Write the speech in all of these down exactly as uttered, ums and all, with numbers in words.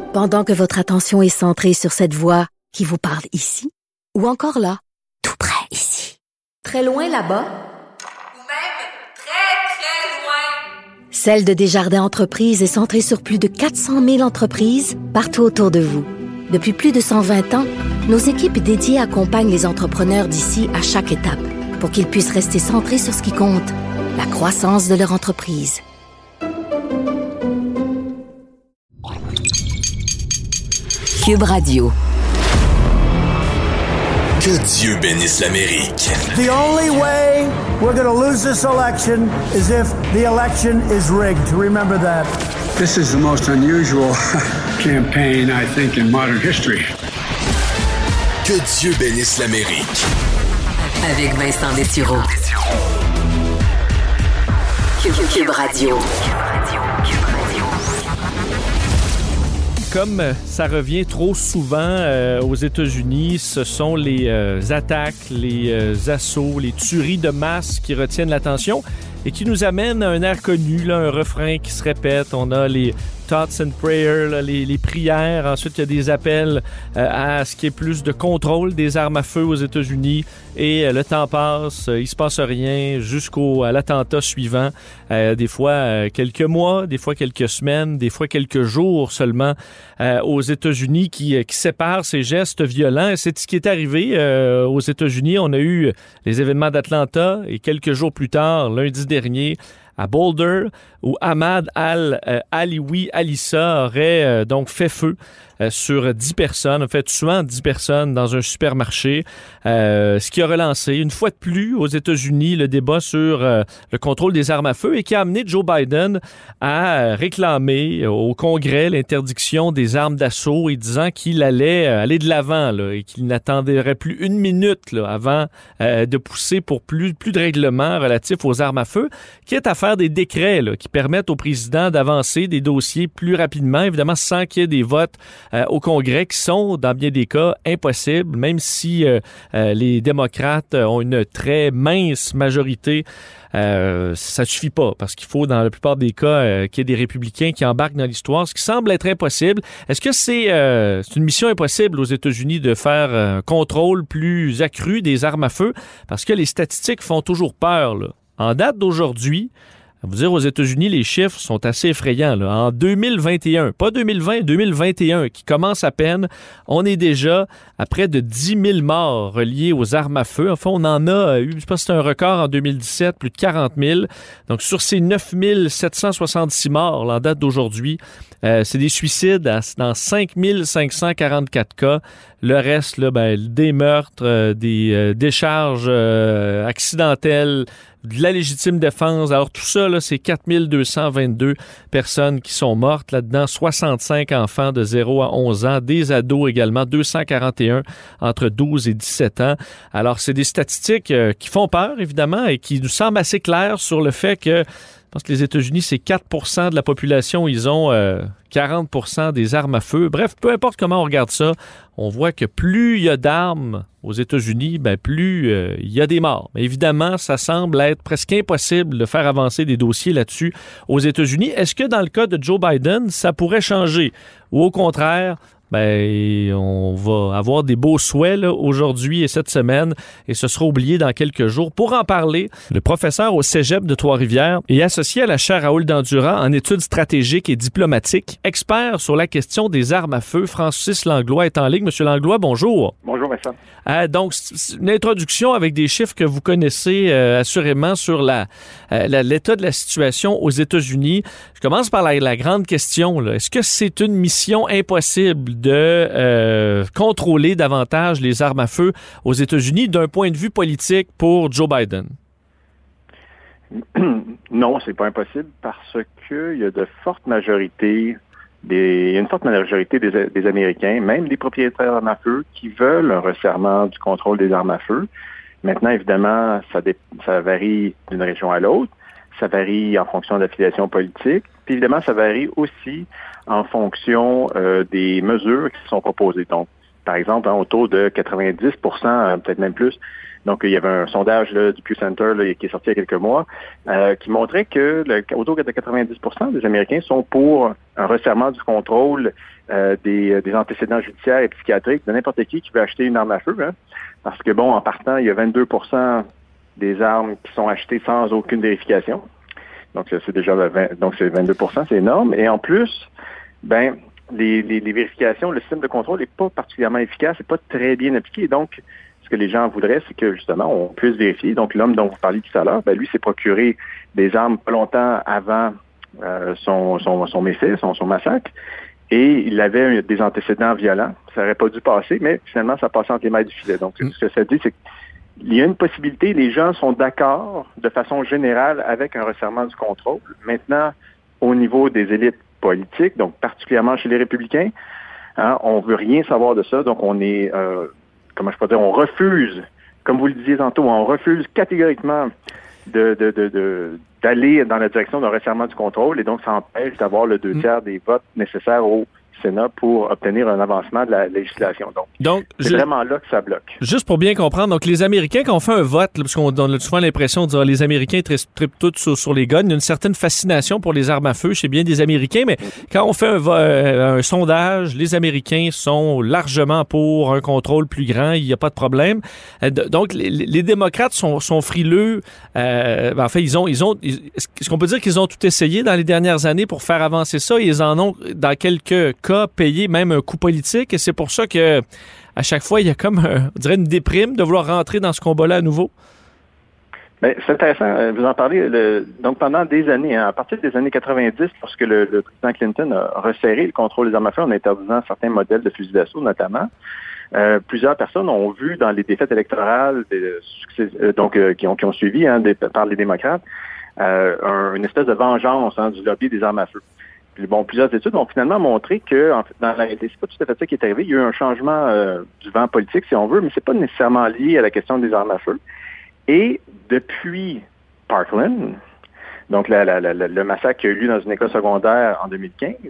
Pendant que votre attention est centrée sur cette voix qui vous parle ici, ou encore là, tout près ici, très loin là-bas, ou même très, très loin, Celle de Desjardins Entreprises est centrée sur plus de quatre cent mille entreprises partout autour de vous. Depuis plus de cent vingt ans, nos équipes dédiées accompagnent les entrepreneurs d'ici à chaque étape pour qu'ils puissent rester centrés sur ce qui compte, la croissance de leur entreprise. Cube Radio. Que Dieu bénisse l'Amérique. The only way we're going to lose this election is if the election is rigged. Remember that. This is the most unusual campaign, I think, in modern history. Que Dieu bénisse l'Amérique. Avec Vincent Dessureau. Cube, Cube Radio. Comme ça revient trop souvent euh, aux États-Unis, ce sont les euh, attaques, les euh, assauts, les tueries de masse qui retiennent l'attention et qui nous amènent à un air connu, là, un refrain qui se répète. On a les thoughts and prayers, là, les, les prières. Ensuite, il y a des appels euh, à ce qu'il y ait plus de contrôle des armes à feu aux États-Unis. Et euh, le temps passe, euh, il se passe rien jusqu'à l'attentat suivant. Euh, des fois euh, quelques mois, des fois quelques semaines, des fois quelques jours seulement euh, aux États-Unis qui, euh, qui séparent ces gestes violents. Et c'est ce qui est arrivé euh, aux États-Unis. On a eu les événements d'Atlanta et quelques jours plus tard, lundi dernier, à Boulder, où Ahmad al-Alioui Alissa aurait euh, donc fait feu euh, sur dix personnes, en fait tuant dix personnes dans un supermarché, euh, ce qui a relancé une fois de plus aux États-Unis le débat sur euh, le contrôle des armes à feu et qui a amené Joe Biden à réclamer au Congrès l'interdiction des armes d'assaut et disant qu'il allait aller de l'avant là, et qu'il n'attendrait plus une minute là, avant euh, de pousser pour plus, plus de règlements relatifs aux armes à feu, qui est à faire des décrets là, qui permettent au président d'avancer des dossiers plus rapidement, évidemment sans qu'il y ait des votes euh, au Congrès qui sont, dans bien des cas, impossibles, même si euh, euh, les démocrates ont une très mince majorité. Euh, ça suffit pas, parce qu'il faut, dans la plupart des cas, euh, qu'il y ait des républicains qui embarquent dans l'histoire, ce qui semble être impossible. Est-ce que c'est, euh, c'est une mission impossible aux États-Unis de faire un contrôle plus accru des armes à feu? Parce que les statistiques font toujours peur, là. En date d'aujourd'hui, à vous dire, aux États-Unis, les chiffres sont assez effrayants, là. En deux mille vingt et un, pas deux mille vingt, deux mille vingt et un, qui commence à peine, on est déjà à près de dix mille morts reliés aux armes à feu. Enfin, on en a eu, je pense que c'était un record en deux mille dix-sept, plus de quarante mille. Donc, sur ces neuf mille sept cent soixante-six morts, là, en date d'aujourd'hui, euh, c'est des suicides à, dans cinq mille cinq cent quarante-quatre cas. Le reste, là, ben, des meurtres, euh, des euh, décharges euh, accidentelles, de la légitime défense. Alors tout ça, là, c'est quatre mille deux cent vingt-deux personnes qui sont mortes. Là-dedans, soixante-cinq enfants de zéro à onze ans, des ados également, deux cent quarante et un entre douze et dix-sept ans. Alors c'est des statistiques euh, qui font peur, évidemment, et qui nous semblent assez claires sur le fait que, je pense que les États-Unis, c'est quatre pour cent de la population, ils ont euh, quarante pour cent des armes à feu. Bref, peu importe comment on regarde ça, on voit que plus il y a d'armes aux États-Unis, ben plus euh, il y a des morts. Mais évidemment, ça semble être presque impossible de faire avancer des dossiers là-dessus aux États-Unis. Est-ce que dans le cas de Joe Biden, ça pourrait changer? Ou au contraire, ben, on va avoir des beaux souhaits là, aujourd'hui et cette semaine, et ce sera oublié dans quelques jours. Pour en parler, le professeur au Cégep de Trois-Rivières et associé à la chaire Raoul Dandurand en études stratégiques et diplomatiques, expert sur la question des armes à feu, Francis Langlois est en ligne. Monsieur Langlois, bonjour. Bonjour, Vincent. Euh, donc, c'est une introduction avec des chiffres que vous connaissez euh, assurément sur la, euh, la, l'état de la situation aux États-Unis. Je commence par la, la grande question, là. Est-ce que c'est une mission impossible de euh, contrôler davantage les armes à feu aux États-Unis d'un point de vue politique pour Joe Biden? Non, c'est pas impossible parce qu'il y a de fortes majorités, des, il y a une forte majorité des, des Américains, même des propriétaires d'armes à feu, qui veulent un resserrement du contrôle des armes à feu. Maintenant, évidemment, ça, dé, ça varie d'une région à l'autre, ça varie en fonction de l'affiliation politique, puis évidemment, ça varie aussi en fonction euh, des mesures qui sont proposées. Donc, par exemple, hein, autour de quatre-vingt-dix pour cent, peut-être même plus, Donc, il y avait un sondage là, du Pew Center là, qui est sorti il y a quelques mois euh, qui montrait que le, autour de quatre-vingt-dix pour cent des Américains sont pour un resserrement du contrôle euh, des, des antécédents judiciaires et psychiatriques de n'importe qui qui veut acheter une arme à feu. Hein, parce que, bon, en partant, il y a vingt-deux pour cent des armes qui sont achetées sans aucune vérification. Donc, c'est déjà vingt, donc c'est vingt-deux pour cent, c'est énorme. Et en plus, ben les, les, les vérifications, le système de contrôle n'est pas particulièrement efficace, c'est pas très bien appliqué. Donc, ce que les gens voudraient, c'est que, justement, on puisse vérifier. Donc, l'homme dont vous parliez tout à l'heure, ben, lui s'est procuré des armes pas longtemps avant euh, son, son, son méfait, son, son massacre, et il avait des antécédents violents. Ça n'aurait pas dû passer, mais finalement, ça passait entre les mailles du filet. Donc, mm. ce que ça dit, c'est qu'il y a une possibilité, les gens sont d'accord de façon générale avec un resserrement du contrôle. Maintenant, au niveau des élites politiques, donc particulièrement chez les républicains, hein, on veut rien savoir de ça, donc on est... Euh, comment je peux dire, on refuse, comme vous le disiez tantôt, on refuse catégoriquement de, de, de, de, d'aller dans la direction d'un resserrement du contrôle et donc ça empêche d'avoir le deux tiers des votes nécessaires au Sénat pour obtenir un avancement de la législation. Donc, donc c'est je, vraiment là que ça bloque. Juste pour bien comprendre, donc les Américains, quand on fait un vote, là, parce qu'on a souvent l'impression de dire les Américains trippent tous sur, sur les guns, il y a une certaine fascination pour les armes à feu chez bien des Américains, mais quand on fait un, euh, un sondage, les Américains sont largement pour un contrôle plus grand, il n'y a pas de problème. Euh, donc, les, les démocrates sont, sont frileux. Euh, ben, en fait, ils ont, ils ont, ils, est-ce qu'on peut dire qu'ils ont tout essayé dans les dernières années pour faire avancer ça? Ils en ont, dans quelques cas, payer même un coût politique et c'est pour ça que à chaque fois il y a comme un, on dirait une déprime de vouloir rentrer dans ce combat-là à nouveau. Bien, c'est intéressant, vous en parlez. Le, donc pendant des années, hein, à partir des années quatre-vingt-dix, lorsque le, le président Clinton a resserré le contrôle des armes à feu en interdisant certains modèles de fusils d'assaut notamment, euh, plusieurs personnes ont vu dans les défaites électorales des, euh, donc euh, qui ont qui ont suivi hein, des, par les démocrates euh, un, une espèce de vengeance hein, du lobby des armes à feu. Bon, plusieurs études ont finalement montré que, en fait, dans la réalité, c'est pas tout à fait ça qui est arrivé. Il y a eu un changement euh, du vent politique, si on veut, mais c'est pas nécessairement lié à la question des armes à feu. Et depuis Parkland, donc la, la, la, le massacre qui a eu lieu dans une école secondaire en deux mille quinze,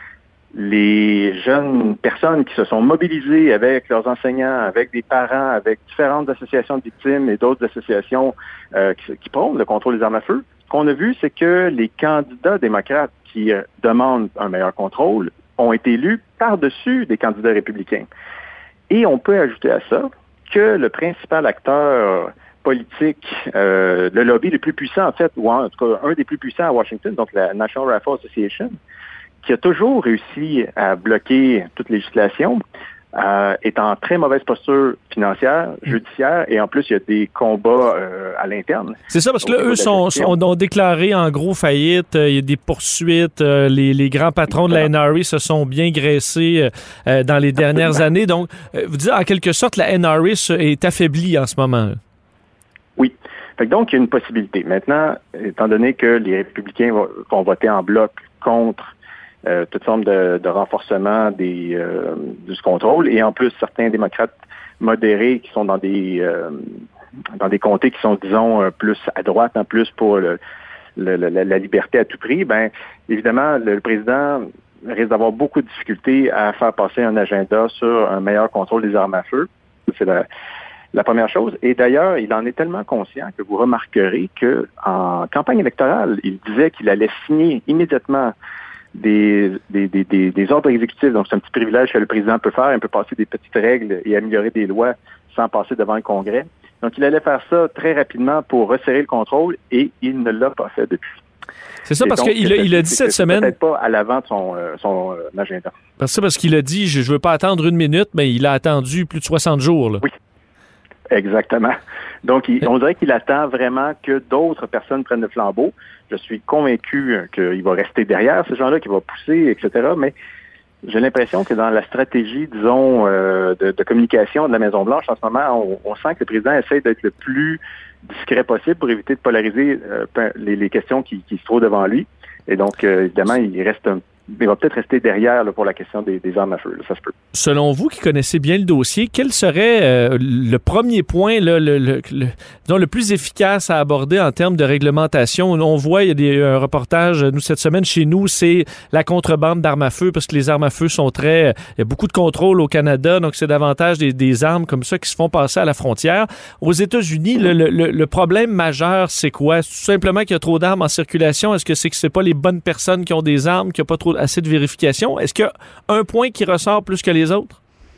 les jeunes personnes qui se sont mobilisées avec leurs enseignants, avec des parents, avec différentes associations de victimes et d'autres associations euh, qui, qui prônent le contrôle des armes à feu, ce qu'on a vu, c'est que les candidats démocrates qui euh, demandent un meilleur contrôle ont été élus par-dessus des candidats républicains. Et on peut ajouter à ça que le principal acteur politique, euh, le lobby le plus puissant, en fait, ou en tout cas un des plus puissants à Washington, donc la National Rifle Association, qui a toujours réussi à bloquer toute législation, euh, est en très mauvaise posture financière, judiciaire, et en plus, il y a des combats euh, à l'interne. C'est ça, parce que là, eux sont, sont, ont déclaré en gros faillite, euh, il y a des poursuites, euh, les, les grands patrons de la N R A se sont bien graissés euh, dans les dernières Absolument. années. Donc, euh, vous dites, en quelque sorte, la N R A est affaiblie en ce moment. Oui. Fait que donc, il y a une possibilité. Maintenant, étant donné que les républicains vont, vont voter en bloc contre Euh, toute forme de, de renforcement des, euh, du contrôle et en plus certains démocrates modérés qui sont dans des euh, dans des comtés qui sont disons plus à droite, en plus pour le, le, la, la liberté à tout prix, ben évidemment le, le président risque d'avoir beaucoup de difficultés à faire passer un agenda sur un meilleur contrôle des armes à feu. C'est la, la première chose. Et d'ailleurs, il en est tellement conscient que vous remarquerez que en campagne électorale, il disait qu'il allait signer immédiatement Des, des, des, des, des ordres exécutifs. Donc, c'est un petit privilège que le président peut faire. Il peut passer des petites règles et améliorer des lois sans passer devant le Congrès. Donc, il allait faire ça très rapidement pour resserrer le contrôle et il ne l'a pas fait depuis. C'est ça, et parce qu'il a, il a dit cette semaine... peut-être pas à l'avant de son, euh, son euh, agenda. C'est ça, parce qu'il a dit, je ne veux pas attendre une minute, mais il a attendu plus de soixante jours. Là. Oui, exactement. Donc, il, on dirait qu'il attend vraiment que d'autres personnes prennent le flambeau. Je suis convaincu qu'il va rester derrière ces gens-là, qu'il va pousser, et cetera. Mais j'ai l'impression que dans la stratégie, disons, euh, de, de communication de la Maison-Blanche, en ce moment, on, on sent que le président essaie d'être le plus discret possible pour éviter de polariser euh, les, les questions qui, qui se trouvent devant lui. Et donc, euh, évidemment, il reste un il va peut-être rester derrière là, pour la question des, des armes à feu. Là, ça se peut. Selon vous, qui connaissez bien le dossier, quel serait euh, le premier point, là, le, le, le, disons, le plus efficace à aborder en termes de réglementation? On voit, il y a des, un reportage, nous, cette semaine, chez nous, c'est la contrebande d'armes à feu, parce que les armes à feu sont très... Il y a beaucoup de contrôle au Canada, donc c'est davantage des, des armes comme ça qui se font passer à la frontière. Aux États-Unis, le, le, le problème majeur, c'est quoi? C'est tout simplement qu'il y a trop d'armes en circulation? Est-ce que c'est que c'est pas les bonnes personnes qui ont des armes, qu'il n'y a pas trop assez de vérification? Est-ce qu'il y a un point qui ressort plus que les autres?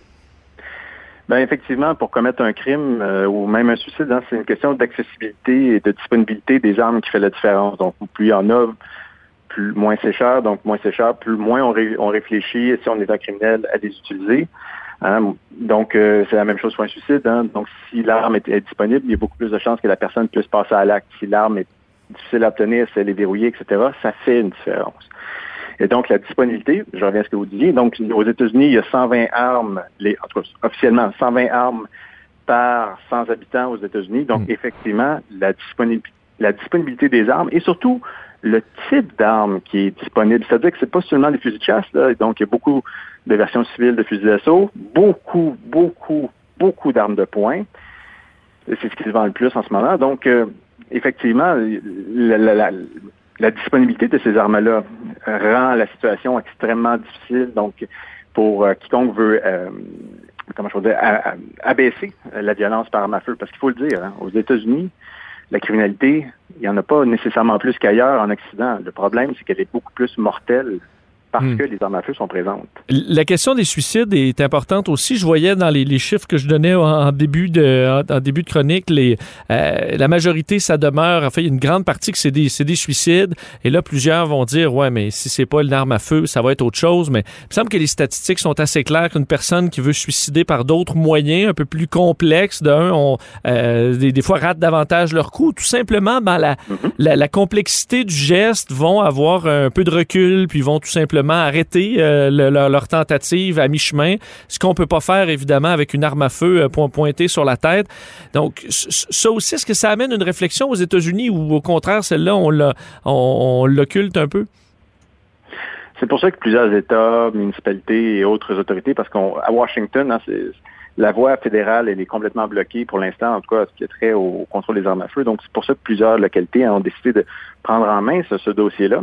Bien, effectivement, pour commettre un crime euh, ou même un suicide, hein, c'est une question d'accessibilité et de disponibilité des armes qui fait la différence. Donc, plus il y en a, plus moins c'est cher. Donc, moins c'est cher, plus moins on, ré- on réfléchit, si on est un criminel, à les utiliser. Hein? Donc, euh, c'est la même chose pour un suicide. Hein? Donc, si l'arme est, est disponible, il y a beaucoup plus de chances que la personne puisse passer à l'acte. Si l'arme est difficile à obtenir, si elle est verrouillée, et cetera, ça fait une différence. Et donc, la disponibilité, je reviens à ce que vous disiez, donc aux États-Unis, il y a cent vingt armes, les, en tout cas, officiellement, cent vingt armes par cent habitants aux États-Unis. Donc, mmh. effectivement, la disponibilité, la disponibilité des armes et surtout le type d'armes qui est disponible. C'est-à-dire que c'est pas seulement des fusils de chasse, là, donc il y a beaucoup de versions civiles de fusils d'assaut, beaucoup, beaucoup, beaucoup d'armes de poing. C'est ce qui se vend le plus en ce moment. Donc, euh, effectivement, la, la, la La disponibilité de ces armes-là rend la situation extrêmement difficile. Donc, pour euh, quiconque veut, euh, comment je veux dire, à, à, abaisser la violence par arme à feu, parce qu'il faut le dire, hein, aux États-Unis, la criminalité, il n'y en a pas nécessairement plus qu'ailleurs en Occident. Le problème, c'est qu'elle est beaucoup plus mortelle parce hmm. que les armes à feu sont présentes. La question des suicides est importante aussi. Je voyais dans les, les chiffres que je donnais en début de, en, en début de chronique, les, euh, la majorité, ça demeure, en fait, il y a une grande partie que c'est des, c'est des suicides. Et là, plusieurs vont dire, ouais, mais si c'est pas une arme à feu, ça va être autre chose. Mais il me semble que les statistiques sont assez claires qu'une personne qui veut se suicider par d'autres moyens un peu plus complexes, d'un, on, euh, des, des fois ratent davantage leur coup. Tout simplement, ben, la, mm-hmm. la, la complexité du geste vont avoir un peu de recul, puis vont tout simplement arrêter euh, le, leur, leur tentative à mi-chemin, ce qu'on peut pas faire évidemment avec une arme à feu euh, point, pointée sur la tête. Donc ça aussi, est-ce que ça amène une réflexion aux États-Unis ou au contraire celle-là on, l'a, on, on l'occulte un peu? C'est pour ça que plusieurs États, municipalités et autres autorités, parce qu'à Washington, hein, c'est, la voie fédérale elle est complètement bloquée pour l'instant, en tout cas ce qui est trait au contrôle des armes à feu. Donc c'est pour ça que plusieurs localités ont décidé de prendre en main ce, ce dossier-là.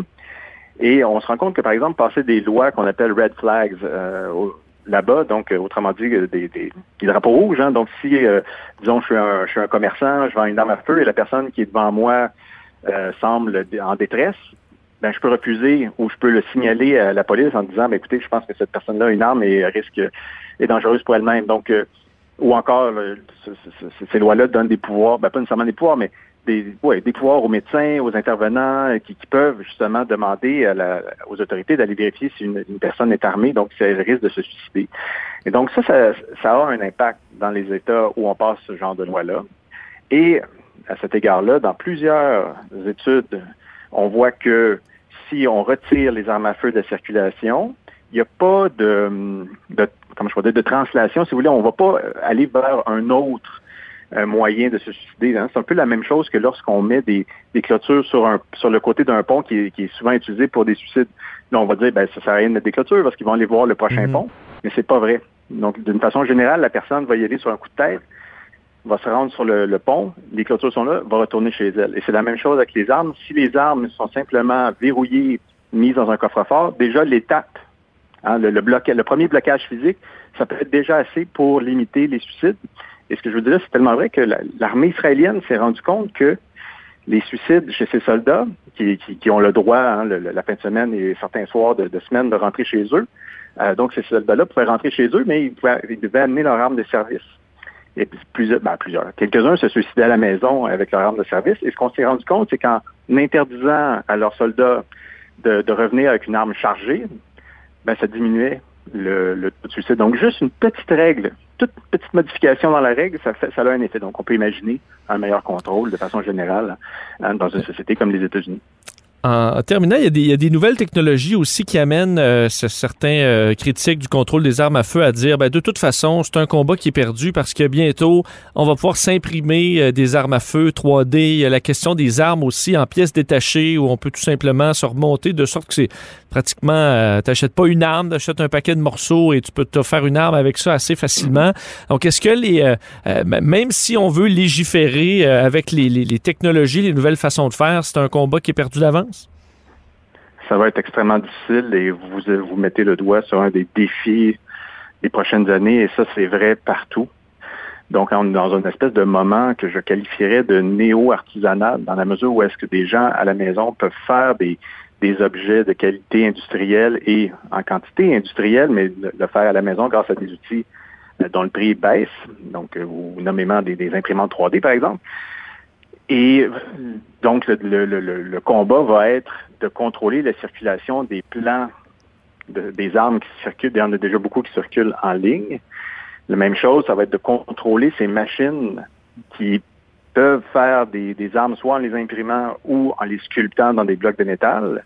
Et on se rend compte que, par exemple, passer des lois qu'on appelle red flags euh, au, là-bas, donc, euh, autrement dit, des, des, des drapeaux rouges. Hein, donc, si, euh, disons, je suis, un, je suis un commerçant, je vends une arme à feu et la personne qui est devant moi euh, semble en détresse, ben, je peux refuser ou je peux le signaler à la police en disant, ben, écoutez, je pense que cette personne-là a une arme et risque est dangereuse pour elle-même. Donc, euh, ou encore, là, ces lois-là donnent des pouvoirs, ben, pas nécessairement des pouvoirs, mais Des, ouais, des pouvoirs aux médecins, aux intervenants qui, qui peuvent justement demander à la, aux autorités d'aller vérifier si une, une personne est armée, donc si elle risque de se suicider. Et donc ça, ça, ça a un impact dans les États où on passe ce genre de loi-là. Et à cet égard-là, dans plusieurs études, on voit que si on retire les armes à feu de circulation, il n'y a pas de, de, comment je peux dire, de translation, si vous voulez, on ne va pas aller vers un autre un moyen de se suicider. Hein. C'est un peu la même chose que lorsqu'on met des, des clôtures sur un sur le côté d'un pont qui est, qui est souvent utilisé pour des suicides. Là, on va dire, ben ça sert à rien de mettre des clôtures parce qu'ils vont aller voir le prochain mm-hmm. pont, mais c'est pas vrai. Donc, d'une façon générale, la personne va y aller sur un coup de tête, va se rendre sur le, le pont, les clôtures sont là, va retourner chez elle. Et c'est la même chose avec les armes. Si les armes sont simplement verrouillées, mises dans un coffre-fort, déjà l'étape, hein, le, le, bloca- le premier blocage physique, ça peut être déjà assez pour limiter les suicides. Et ce que je veux dire, c'est tellement vrai que la, l'armée israélienne s'est rendue compte que les suicides chez ces soldats, qui, qui, qui ont le droit, hein, le, la fin de semaine et certains soirs de, de semaine, de rentrer chez eux, euh, donc ces soldats-là pouvaient rentrer chez eux, mais ils, pouvaient, ils devaient amener leur arme de service. Et plusieurs, ben, plusieurs, quelques-uns se suicidaient à la maison avec leur arme de service. Et ce qu'on s'est rendu compte, c'est qu'en interdisant à leurs soldats de, de revenir avec une arme chargée, ben ça diminuait le, le taux de suicide. Donc, juste une petite règle, toute petite modification dans la règle, ça, fait, ça a un effet. Donc, on peut imaginer un meilleur contrôle de façon générale hein, dans une société comme les États-Unis. En, en terminant, il y, a des, il y a des nouvelles technologies aussi qui amènent euh, certains euh, critiques du contrôle des armes à feu à dire, ben, de toute façon, c'est un combat qui est perdu parce que bientôt, on va pouvoir s'imprimer euh, des armes à feu trois D. Il y a la question des armes aussi en pièces détachées où on peut tout simplement se remonter de sorte que c'est pratiquement, euh, t'achètes pas une arme, t'achètes un paquet de morceaux et tu peux te faire une arme avec ça assez facilement. Donc, est-ce que les, euh, euh, même si on veut légiférer euh, avec les, les, les technologies, les nouvelles façons de faire, c'est un combat qui est perdu d'avance? Ça va être extrêmement difficile et vous vous mettez le doigt sur un des défis des prochaines années et ça, c'est vrai partout. Donc, on est dans une espèce de moment que je qualifierais de néo-artisanal dans la mesure où est-ce que des gens à la maison peuvent faire des, des objets de qualité industrielle et en quantité industrielle, mais le faire à la maison grâce à des outils dont le prix baisse, donc ou nommément des, des imprimantes trois D, par exemple. Et donc, le, le, le, le combat va être de contrôler la circulation des plans de, des armes qui circulent. Il y en a déjà beaucoup qui circulent en ligne. La même chose, ça va être de contrôler ces machines qui peuvent faire des, des armes soit en les imprimant ou en les sculptant dans des blocs de métal.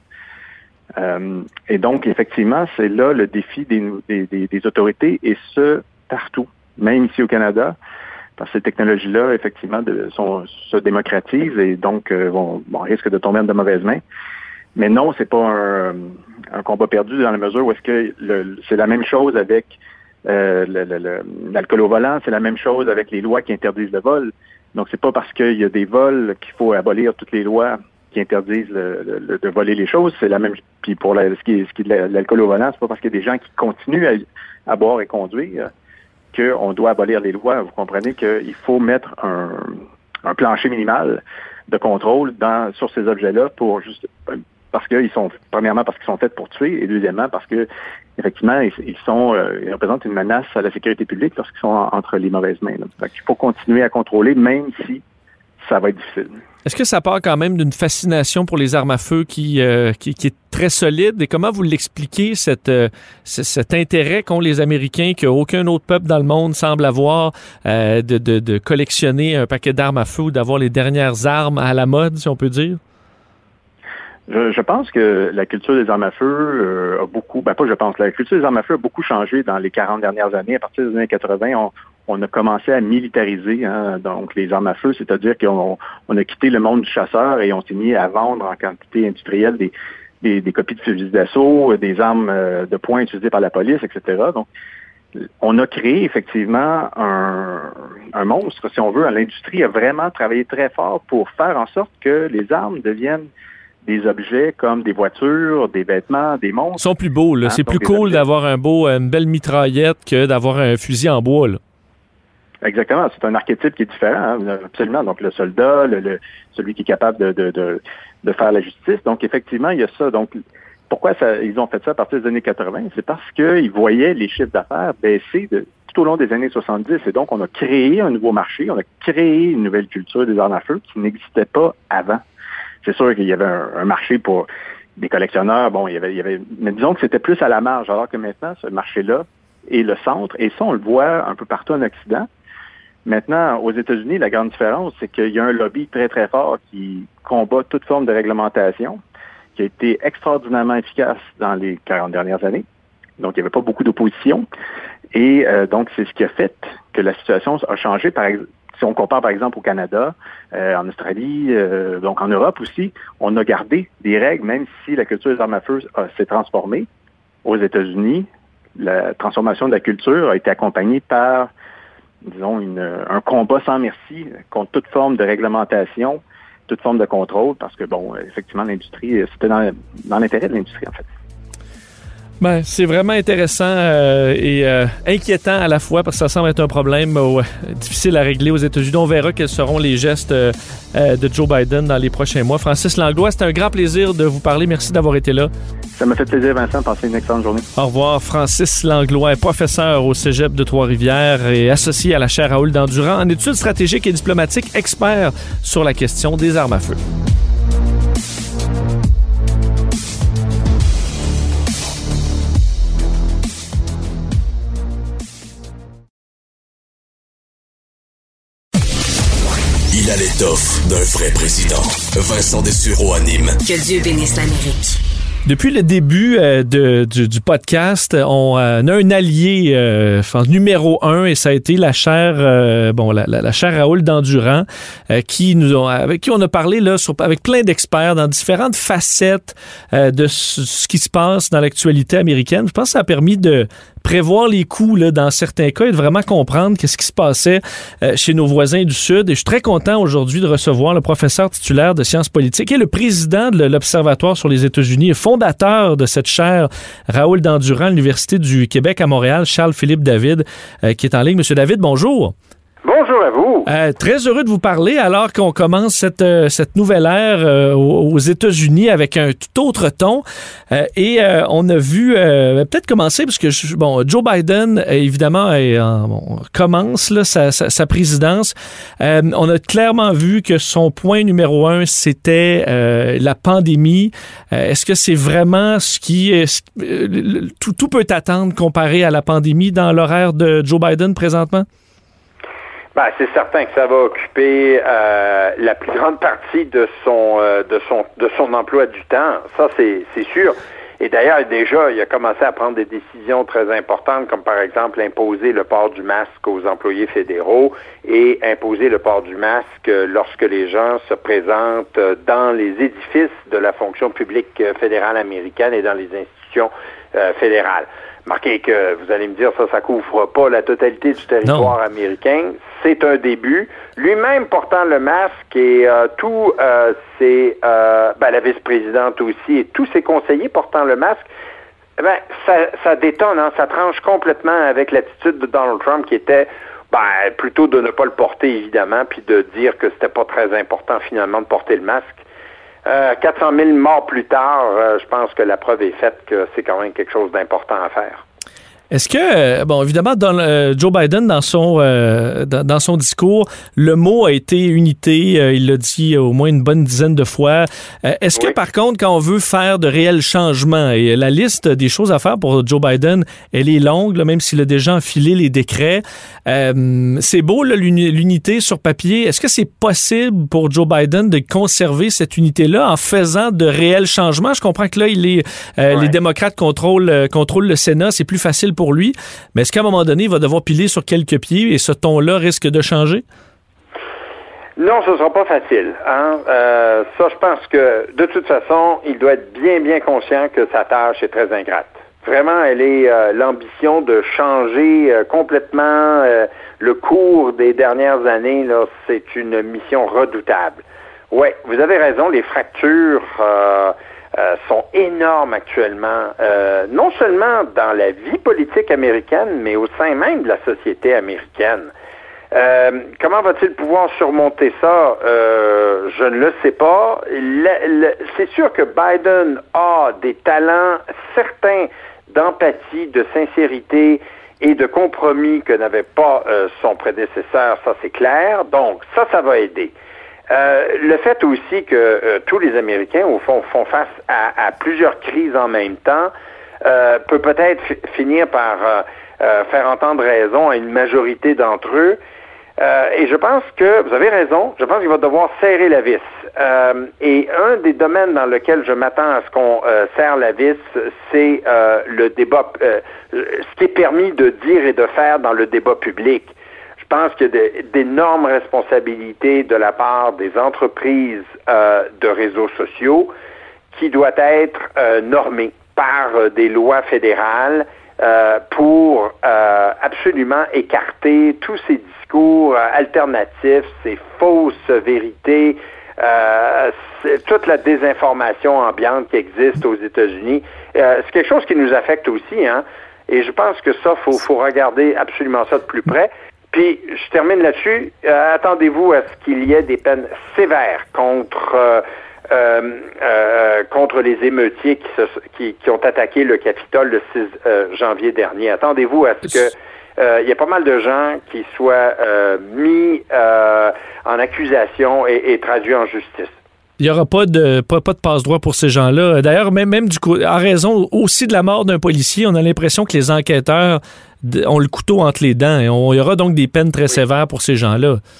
Euh, et donc, effectivement, c'est là le défi des, des, des, des autorités, et ce, partout, même ici au Canada. Parce que ces technologies-là, effectivement, de, sont, se démocratisent et donc euh, vont, vont risquent de tomber en de mauvaises mains. Mais non, c'est pas un, un combat perdu dans la mesure où est-ce que le, c'est la même chose avec euh, le, le, le, l'alcool au volant, c'est la même chose avec les lois qui interdisent le vol. Donc, c'est pas parce qu'il y a des vols qu'il faut abolir toutes les lois qui interdisent le, le, de voler les choses. C'est la même. Puis pour la, ce, qui est, ce qui est de l'alcool au volant, c'est pas parce qu'il y a des gens qui continuent à, à boire et conduire qu'on doit abolir les lois. Vous comprenez qu'il faut mettre un, un plancher minimal de contrôle dans, sur ces objets-là pour juste parce qu'ils sont, premièrement parce qu'ils sont faits pour tuer et deuxièmement parce que effectivement ils, ils sont euh, ils représentent une menace à la sécurité publique lorsqu'ils sont en, entre les mauvaises mains. Donc il faut continuer à contrôler même si ça va être difficile. Est-ce que ça part quand même d'une fascination pour les armes à feu qui, euh, qui, qui est très solide? Et comment vous l'expliquez, cette, euh, cet intérêt qu'ont les Américains, qu'aucun autre peuple dans le monde semble avoir, euh, de, de, de collectionner un paquet d'armes à feu ou d'avoir les dernières armes à la mode, si on peut dire? Je, je pense que la culture des armes à feu euh, a beaucoup... Ben pas je pense, la culture des armes à feu a beaucoup changé dans les quarante dernières années. À partir des années quatre-vingt, on, on a commencé à militariser hein, donc les armes à feu, c'est-à-dire qu'on on a quitté le monde du chasseur et on s'est mis à vendre en quantité industrielle des, des, des copies de fusils d'assaut, des armes euh, de poing utilisées par la police, et cetera. Donc, on a créé effectivement un, un monstre, si on veut. L'industrie a vraiment travaillé très fort pour faire en sorte que les armes deviennent des objets comme des voitures, des vêtements, des monstres. Ils sont plus beaux, là. Hein? C'est donc plus cool objets. D'avoir un beau, une belle mitraillette que d'avoir un fusil en bois, là. Exactement. C'est un archétype qui est différent, hein? Absolument. Donc, le soldat, le, le, celui qui est capable de, de, de, de faire la justice. Donc, effectivement, il y a ça. Donc, pourquoi ça, ils ont fait ça à partir des années quatre-vingt? C'est parce qu'ils voyaient les chiffres d'affaires baisser de, tout au long des années soixante-dix. Et donc, on a créé un nouveau marché, on a créé une nouvelle culture des armes à feu qui n'existait pas avant. C'est sûr qu'il y avait un, un marché pour des collectionneurs. Bon, il y avait, il y avait, mais disons que c'était plus à la marge, alors que maintenant, ce marché-là est le centre. Et ça, on le voit un peu partout en Occident. Maintenant, aux États-Unis, la grande différence, c'est qu'il y a un lobby très, très fort qui combat toute forme de réglementation, qui a été extraordinairement efficace dans les quarante dernières années. Donc, il n'y avait pas beaucoup d'opposition. Et euh, donc, c'est ce qui a fait que la situation a changé. Par exemple, si on compare, par exemple, au Canada, euh, en Australie, euh, donc en Europe aussi, on a gardé des règles, même si la culture des armes à feu euh, s'est transformée. Aux États-Unis, la transformation de la culture a été accompagnée par, disons, une, un combat sans merci contre toute forme de réglementation, toute forme de contrôle, parce que, bon, effectivement, l'industrie, c'était dans, dans l'intérêt de l'industrie, en fait. Ben, c'est vraiment intéressant euh, et euh, inquiétant à la fois parce que ça semble être un problème euh, difficile à régler aux États-Unis. On verra quels seront les gestes euh, de Joe Biden dans les prochains mois. Francis Langlois, c'était un grand plaisir de vous parler. Merci d'avoir été là. Ça m'a fait plaisir, Vincent. Passez une excellente journée. Au revoir. Francis Langlois est professeur au Cégep de Trois-Rivières et associé à la chaire Raoul Dandurand en études stratégiques et diplomatiques, expert sur la question des armes à feu. Il allait l'étoffe d'un vrai président. Vincent Dessureau anime. Que Dieu bénisse l'Amérique. Depuis le début euh, de, du, du podcast, on, euh, on a un allié euh, enfin, numéro un et ça a été la chère, euh, bon, la, la, la chère Raoul Dandurand, euh, qui nous ont, avec qui on a parlé là, sur, avec plein d'experts dans différentes facettes euh, de ce, ce qui se passe dans l'actualité américaine. Je pense que ça a permis de prévoir les coups là, dans certains cas et de vraiment comprendre qu'est-ce qui se passait euh, chez nos voisins du Sud. Et je suis très content aujourd'hui de recevoir le professeur titulaire de sciences politiques et le président de l'Observatoire sur les États-Unis et fondateur de cette chaire, Raoul Dandurand, à l'Université du Québec à Montréal, Charles-Philippe David, euh, qui est en ligne. Monsieur David, bonjour. Bonjour à vous. Euh, très heureux de vous parler alors qu'on commence cette, euh, cette nouvelle ère euh, aux États-Unis avec un tout autre ton. Euh, et euh, on a vu, euh, peut-être commencer, parce que je, bon, Joe Biden, évidemment, est, euh, bon, commence là, sa, sa, sa présidence. Euh, on a clairement vu que son point numéro un, c'était euh, la pandémie. Euh, est-ce que c'est vraiment ce qui... Est, euh, tout, tout peut attendre comparé à la pandémie dans l'horaire de Joe Biden présentement? Ben, c'est certain que ça va occuper euh, la plus grande partie de son euh, de son de son emploi du temps. Ça, c'est c'est sûr. Et d'ailleurs, déjà, il a commencé à prendre des décisions très importantes, comme par exemple imposer le port du masque aux employés fédéraux et imposer le port du masque lorsque les gens se présentent dans les édifices de la fonction publique fédérale américaine et dans les institutions euh, fédérales. Marquez que vous allez me dire ça, ça couvre pas la totalité du territoire non. américain. C'est un début. Lui-même portant le masque et euh, tous euh, ses, euh, ben, la vice-présidente aussi et tous ses conseillers portant le masque, ben ça, ça détonne, hein, ça tranche complètement avec l'attitude de Donald Trump qui était ben, plutôt de ne pas le porter évidemment, puis de dire que c'était pas très important finalement de porter le masque. Euh, quatre cent mille morts plus tard, euh, je pense que la preuve est faite que c'est quand même quelque chose d'important à faire. Est-ce que, bon, évidemment, dans, euh, Joe Biden, dans son, euh, dans, dans son discours, le mot a été unité, euh, il l'a dit au moins une bonne dizaine de fois. Euh, est-ce oui. que, par contre, quand on veut faire de réels changements, et la liste des choses à faire pour Joe Biden, elle est longue, là, même s'il a déjà enfilé les décrets, euh, c'est beau, là, l'uni- l'unité sur papier. Est-ce que c'est possible pour Joe Biden de conserver cette unité-là en faisant de réels changements? Je comprends que là, il est, euh, ouais. les démocrates contrôlent, euh, contrôlent le Sénat, c'est plus facile pour lui, mais est-ce qu'à un moment donné, il va devoir piler sur quelques pieds et ce ton-là risque de changer? Non, ce ne sera pas facile. Hein? Euh, ça, je pense que, de toute façon, il doit être bien, bien conscient que sa tâche est très ingrate. Vraiment, elle est euh, l'ambition de changer euh, complètement euh, le cours des dernières années. Là, c'est une mission redoutable. Oui, vous avez raison, les fractures... Euh, Euh, sont énormes actuellement, euh, non seulement dans la vie politique américaine, mais au sein même de la société américaine. Euh, comment va-t-il pouvoir surmonter ça? Euh, je ne le sais pas. Le, le, c'est sûr que Biden a des talents certains d'empathie, de sincérité et de compromis que n'avait pas euh, son prédécesseur, ça c'est clair. Donc, ça, ça va aider. Euh, le fait aussi que euh, tous les Américains, au fond, font face à, à plusieurs crises en même temps, euh, peut peut-être f- finir par euh, euh, faire entendre raison à une majorité d'entre eux. Euh, et je pense que, vous avez raison, je pense qu'il va devoir serrer la vis. Euh, et un des domaines dans lequel je m'attends à ce qu'on euh, serre la vis, c'est euh, le débat, euh, ce qui est permis de dire et de faire dans le débat public. Je pense qu'il y a de, d'énormes responsabilités de la part des entreprises euh, de réseaux sociaux qui doivent être euh, normées par euh, des lois fédérales euh, pour euh, absolument écarter tous ces discours euh, alternatifs, ces fausses vérités, euh, toute la désinformation ambiante qui existe aux États-Unis. Euh, c'est quelque chose qui nous affecte aussi, hein. Et je pense que ça, faut, faut regarder absolument ça de plus près. Puis, je termine là-dessus. Euh, attendez-vous à ce qu'il y ait des peines sévères contre euh, euh, euh, contre les émeutiers qui, se, qui, qui ont attaqué le Capitole le six euh, janvier dernier. Attendez-vous à ce que euh, il y ait pas mal de gens qui soient euh, mis euh, en accusation et, et traduits en justice. Il n'y aura pas de pas, pas de passe-droit pour ces gens-là. D'ailleurs, même, même du coup, en raison aussi de la mort d'un policier, on a l'impression que les enquêteurs ont le couteau entre les dents. Et on, il y aura donc des peines très oui. sévères pour ces gens-là.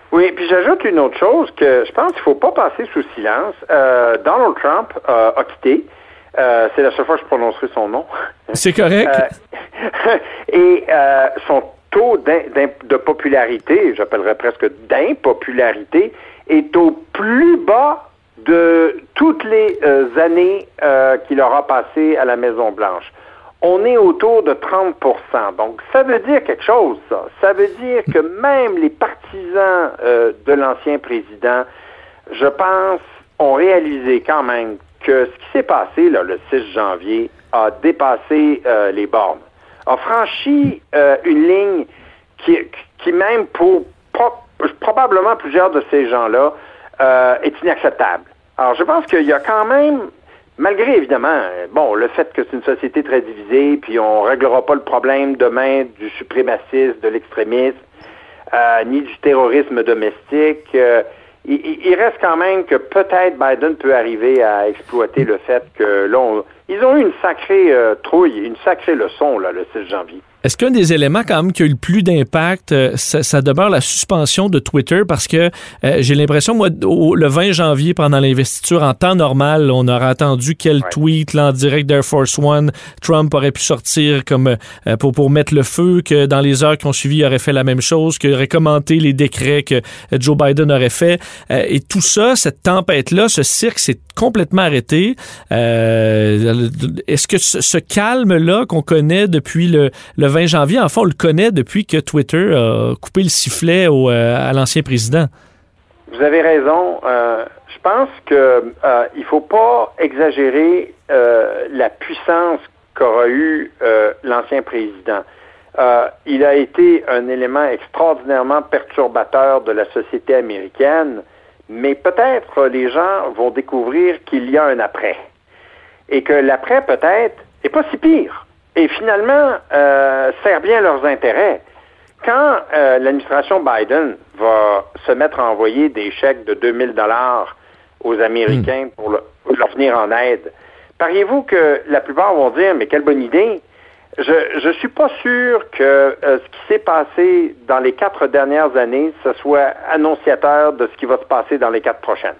Oui, puis j'ajoute une autre chose que je pense qu'il ne faut pas passer sous silence. Euh, Donald Trump euh, a quitté. Euh, c'est la seule fois que je prononcerai son nom. C'est correct. Euh, et euh, son taux d'in, d'in, de popularité, j'appellerais presque d'impopularité, est au plus bas de toutes les euh, années euh, qu'il aura passées à la Maison-Blanche. On est autour de trente pour cent. Donc, ça veut dire quelque chose, ça. Ça veut dire que même les partisans euh, de l'ancien président, je pense, ont réalisé quand même que ce qui s'est passé là, le six janvier a dépassé euh, les bornes, a franchi euh, une ligne qui, qui même pour pro- probablement plusieurs de ces gens-là euh, est inacceptable. Alors, je pense qu'il y a quand même, malgré évidemment, bon, le fait que c'est une société très divisée, puis on réglera pas le problème demain du suprémacisme, de l'extrémisme, euh, ni du terrorisme domestique, euh, il, il reste quand même que peut-être Biden peut arriver à exploiter le fait que là, on, ils ont eu une sacrée euh, trouille, une sacrée leçon là, le six janvier. Est-ce qu'un des éléments quand même qui a eu le plus d'impact, euh, ça, ça demeure la suspension de Twitter parce que euh, j'ai l'impression, moi, au, le vingt janvier, pendant l'investiture, en temps normal, on aurait attendu quel ouais. tweet là, en direct d'Air Force One Trump aurait pu sortir comme euh, pour, pour mettre le feu, que dans les heures qui ont suivi, il aurait fait la même chose, qu'il aurait commenté les décrets que Joe Biden aurait fait. Euh, et tout ça, cette tempête-là, ce cirque s'est complètement arrêté. Euh, est-ce que ce, ce calme-là qu'on connaît depuis le, le vingt janvier, en fait, on le connaît depuis que Twitter a coupé le sifflet au, euh, à l'ancien président? Vous avez raison. Euh, je pense que euh, il faut pas exagérer euh, la puissance qu'aura eu euh, l'ancien président. Euh, il a été un élément extraordinairement perturbateur de la société américaine, mais peut-être les gens vont découvrir qu'il y a un après. Et que l'après, peut-être, est pas si pire. Et finalement, euh, sert bien leurs intérêts. Quand euh, l'administration Biden va se mettre à envoyer des chèques de deux mille dollars aux Américains mmh. pour, le, pour leur venir en aide, pariez-vous que la plupart vont dire, mais quelle bonne idée! Je ne suis pas sûr que euh, ce qui s'est passé dans les quatre dernières années, ce soit annonciateur de ce qui va se passer dans les quatre prochaines.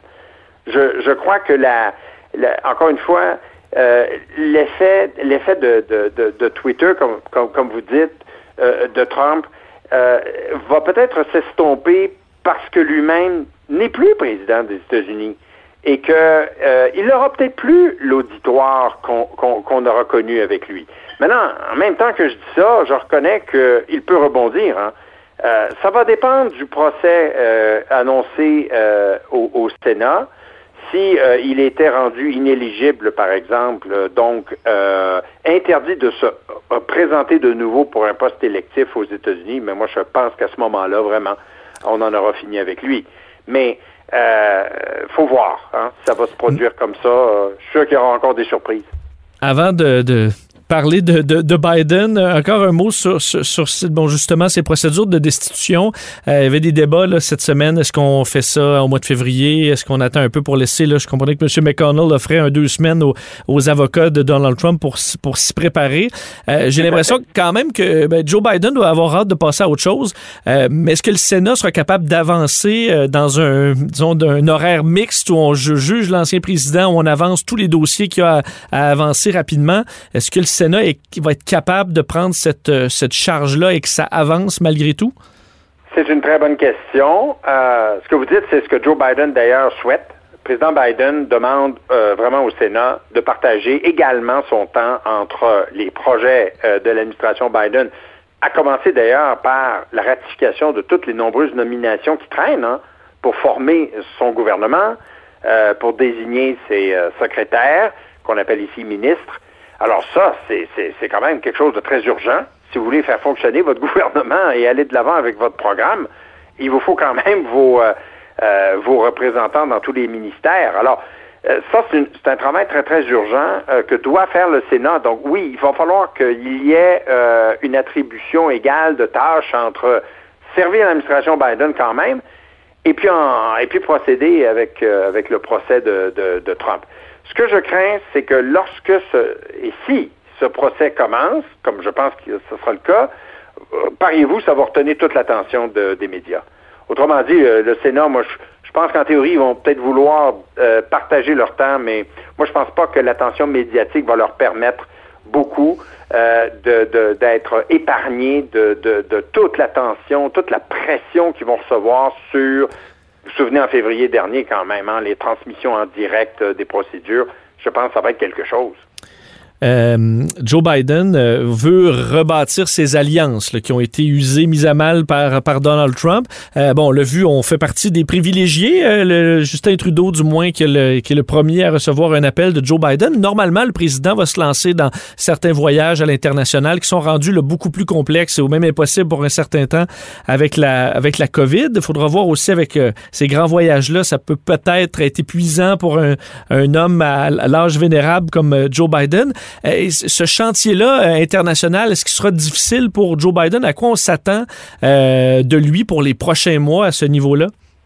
Je, je crois que, la, la, encore une fois, euh, l'effet, l'effet de, de, de, de Twitter, comme, comme, comme vous dites, euh, de Trump, euh, va peut-être s'estomper parce que lui-même n'est plus président des États-Unis et qu'il euh, n'aura peut-être plus l'auditoire qu'on, qu'on, qu'on aura connu avec lui. Maintenant, en même temps que je dis ça, je reconnais qu'il peut rebondir. Hein. Euh, ça va dépendre du procès euh, annoncé euh, au, au Sénat. Si euh, il était rendu inéligible, par exemple, euh, donc euh, interdit de se euh, présenter de nouveau pour un poste électif aux États-Unis, mais moi je pense qu'à ce moment-là, vraiment, on en aura fini avec lui. Mais euh, faut voir, hein, ça va se produire comme ça. Euh, je suis sûr qu'il y aura encore des surprises. Avant de... de... Parler de, de, de Biden, encore un mot sur, sur, sur bon, justement ces procédures de destitution. Euh, il y avait des débats là, cette semaine. Est-ce qu'on fait ça au mois de février? Est-ce qu'on attend un peu pour laisser? Là, je comprenais que M. McConnell offrait un deux semaines aux, aux avocats de Donald Trump pour, pour s'y préparer. Euh, j'ai l'impression quand même que ben, Joe Biden doit avoir hâte de passer à autre chose. Euh, mais est-ce que le Sénat sera capable d'avancer euh, dans un, disons, un horaire mixte où on juge l'ancien président, où on avance tous les dossiers qu'il y a à, à avancer rapidement? Est-ce que le Sénat est, va être capable de prendre cette, cette charge-là et que ça avance malgré tout? C'est une très bonne question. Euh, ce que vous dites, c'est ce que Joe Biden, d'ailleurs, souhaite. Le président Biden demande euh, vraiment au Sénat de partager également son temps entre les projets euh, de l'administration Biden, à commencer d'ailleurs par la ratification de toutes les nombreuses nominations qui traînent hein, pour former son gouvernement, euh, pour désigner ses euh, secrétaires, qu'on appelle ici ministres. Alors ça, c'est, c'est, c'est quand même quelque chose de très urgent. Si vous voulez faire fonctionner votre gouvernement et aller de l'avant avec votre programme, il vous faut quand même vos, euh, euh, vos représentants dans tous les ministères. Alors, euh, ça, c'est, une, c'est un travail très, très urgent euh, que doit faire le Sénat. Donc oui, il va falloir qu'il y ait euh, une attribution égale de tâches entre servir l'administration Biden quand même et puis, en, et puis procéder avec, euh, avec le procès de, de, de Trump. Ce que je crains, c'est que lorsque ce, et si ce procès commence, comme je pense que ce sera le cas, euh, pariez-vous, ça va retenir toute l'attention de, des médias. autrement dit, le, le Sénat, moi, je, je pense qu'en théorie, ils vont peut-être vouloir euh, partager leur temps, mais moi, je pense pas que l'attention médiatique va leur permettre beaucoup euh, de, de, d'être épargnés de, de, de toute l'attention, toute la pression qu'ils vont recevoir sur, vous vous souvenez en février dernier quand même, hein, les transmissions en direct euh, des procédures. Je pense que ça va être quelque chose. Euh, Joe Biden euh, veut rebâtir ses alliances là, qui ont été usées, mises à mal par, par Donald Trump. Euh, bon, on l'a vu, on fait partie des privilégiés. Euh, le, Justin Trudeau, du moins, qui est, le, qui est le premier à recevoir un appel de Joe Biden. Normalement, le président va se lancer dans certains voyages à l'international qui sont rendus là, beaucoup plus complexes ou même impossibles pour un certain temps avec la, avec la COVID. Il faudra voir aussi avec euh, ces grands voyages-là, ça peut peut-être être épuisant pour un, un homme à, à l'âge vénérable comme euh, Joe Biden. Euh, ce chantier-là euh, international, est-ce qu'il sera difficile pour Joe Biden? À quoi on s'attend euh, de lui pour les prochains mois à ce niveau-là?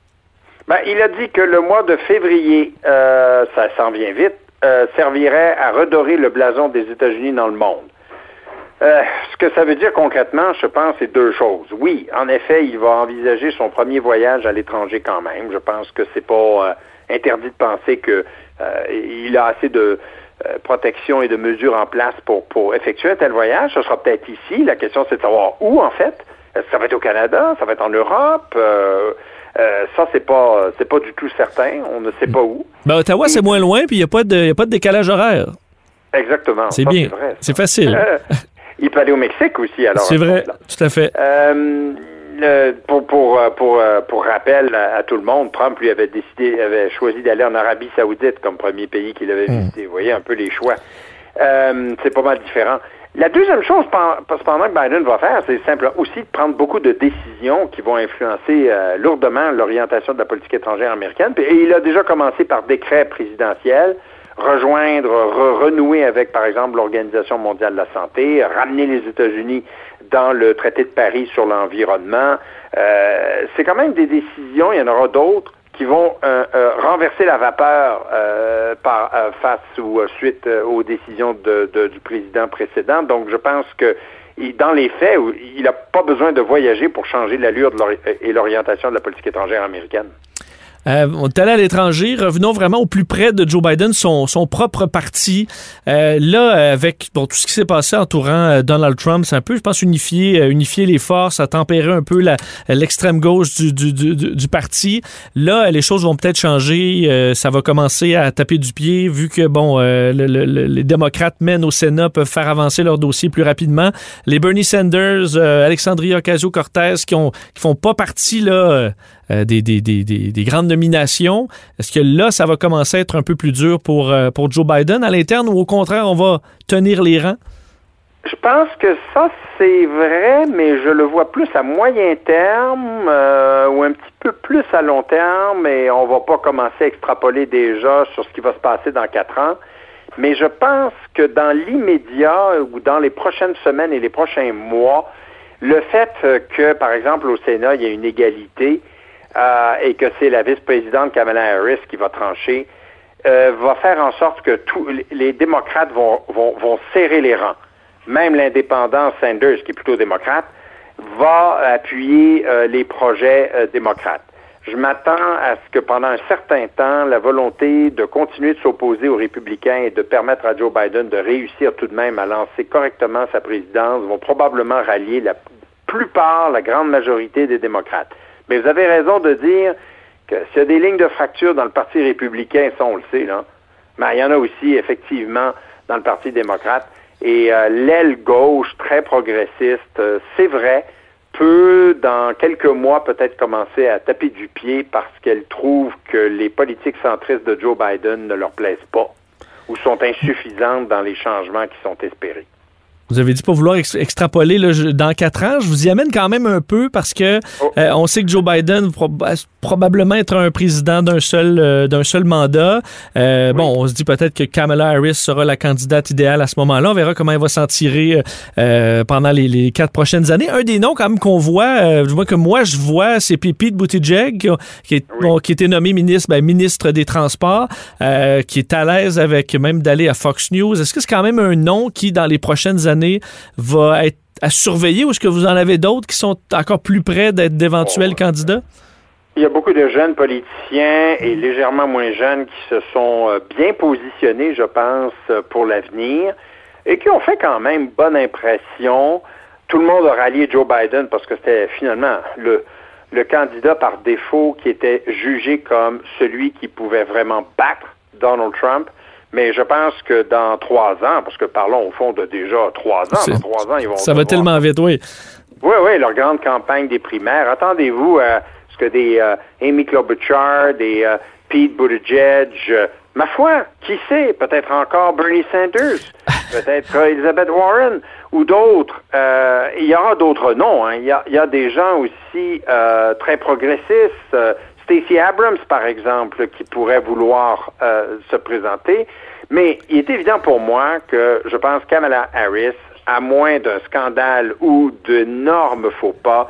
Ben, il a dit que le mois de février, euh, ça s'en vient vite, euh, servirait à redorer le blason des États-Unis dans le monde. Euh, ce que ça veut dire concrètement, je pense, c'est deux choses. Oui, en effet, il va envisager son premier voyage à l'étranger quand même. Je pense que c'est pas euh, interdit de penser que euh, il a assez de Euh, protection et de mesures en place pour, pour effectuer un tel voyage. Ça sera peut-être ici. La question, c'est de savoir où, en fait. Est-ce que ça va être au Canada? Ça va être en Europe? Euh, euh, ça, c'est pas c'est pas du tout certain. On ne sait pas où. Ben, Ottawa, et c'est moins loin, puis il n'y a pas de, y a pas de décalage horaire. Exactement. C'est ça, bien. C'est, vrai, c'est facile. Euh, il peut aller au Mexique aussi, alors. C'est vrai, tout à fait. Euh, Le, pour, pour, pour, pour rappel à, à tout le monde, Trump, lui, avait décidé, avait choisi d'aller en Arabie Saoudite comme premier pays qu'il avait visité. Mmh. Vous voyez un peu les choix. Euh, c'est pas mal différent. La deuxième chose, cependant, que Biden va faire, c'est simplement aussi de prendre beaucoup de décisions qui vont influencer euh, lourdement l'orientation de la politique étrangère américaine. Et il a déjà commencé par décret présidentiel, rejoindre, re- renouer avec, par exemple, l'Organisation mondiale de la santé, ramener les États-Unis dans le traité de Paris sur l'environnement. Euh, c'est quand même des décisions, il y en aura d'autres, qui vont euh, euh, renverser la vapeur euh, par, euh, face ou euh, suite euh, aux décisions de, de, du président précédent. Donc, je pense que il, dans les faits, il n'a pas besoin de voyager pour changer l'allure de l'ori- et l'orientation de la politique étrangère américaine. Euh, on est allé à l'étranger. Revenons vraiment au plus près de Joe Biden, son, son propre parti. Euh, là, avec bon, tout ce qui s'est passé entourant euh, Donald Trump, c'est un peu, je pense, unifier, euh, unifier les forces, à tempérer un peu la, l'extrême gauche du, du, du, du parti. Là, les choses vont peut-être changer. Euh, ça va commencer à taper du pied, vu que bon, euh, le, le, les démocrates mènent au Sénat, peuvent faire avancer leur dossier plus rapidement. Les Bernie Sanders, euh, Alexandria Ocasio-Cortez, qui ont qui font pas partie là. Euh, des, des, des, des, des grandes nominations. Est-ce que là, ça va commencer à être un peu plus dur pour, euh, pour Joe Biden à l'interne ou au contraire, on va tenir les rangs? Je pense que ça, c'est vrai, mais je le vois plus à moyen terme euh, ou un petit peu plus à long terme, et on va pas commencer à extrapoler déjà sur ce qui va se passer dans quatre ans. Mais je pense que dans l'immédiat ou dans les prochaines semaines et les prochains mois, le fait que, par exemple, au Sénat, il y a une égalité, Euh, et que c'est la vice-présidente Kamala Harris qui va trancher, euh, va faire en sorte que tous les démocrates vont, vont, vont serrer les rangs. Même l'indépendant Sanders, qui est plutôt démocrate, va appuyer euh, les projets euh, démocrates. Je m'attends à ce que pendant un certain temps, la volonté de continuer de s'opposer aux républicains et de permettre à Joe Biden de réussir tout de même à lancer correctement sa présidence vont probablement rallier la plupart, la grande majorité des démocrates. Mais vous avez raison de dire que s'il y a des lignes de fracture dans le Parti républicain, ça on le sait, là, mais il y en a aussi effectivement dans le Parti démocrate. Et euh, l'aile gauche, très progressiste, euh, c'est vrai, peut dans quelques mois peut-être commencer à taper du pied parce qu'elle trouve que les politiques centristes de Joe Biden ne leur plaisent pas ou sont insuffisantes dans les changements qui sont espérés. Vous avez dit pas vouloir ex- extrapoler là, je, dans quatre ans. Je vous y amène quand même un peu parce que oh. euh, on sait que Joe Biden va prob- probablement être un président d'un seul euh, d'un seul mandat. Euh, oui. Bon, on se dit peut-être que Kamala Harris sera la candidate idéale à ce moment-là. On verra comment elle va s'en tirer euh, pendant les, les quatre prochaines années. Un des noms quand même qu'on voit, euh, du moins que moi je vois, c'est Pete Buttigieg qui, qui, est, oui. bon, qui a été nommé ministre, ben, ministre des Transports, euh, qui est à l'aise avec même d'aller à Fox News. Est-ce que c'est quand même un nom qui, dans les prochaines années, va être à surveiller, ou est-ce que vous en avez d'autres qui sont encore plus près d'être d'éventuels oh, candidats? Il y a beaucoup de jeunes politiciens et légèrement moins jeunes qui se sont bien positionnés, je pense, pour l'avenir et qui ont fait quand même bonne impression. Tout le monde a rallié Joe Biden parce que c'était finalement le, le candidat par défaut qui était jugé comme celui qui pouvait vraiment battre Donald Trump. Mais je pense que dans trois ans, parce que parlons au fond de déjà trois ans, C'est, dans trois ans, ils vont... Ça va tellement vite, oui. Oui, oui, leur grande campagne des primaires. Attendez-vous à ce que des euh, Amy Klobuchar, des euh, Pete Buttigieg, euh, ma foi, qui sait, peut-être encore Bernie Sanders, peut-être euh, Elizabeth Warren ou d'autres. Euh, il y aura d'autres noms. Hein. Il, y a, il y a des gens aussi euh, très progressistes. Euh, Stacey Abrams, par exemple, qui pourrait vouloir euh, se présenter. Mais il est évident pour moi que je pense Kamala Harris, à moins d'un scandale ou d'énormes faux pas,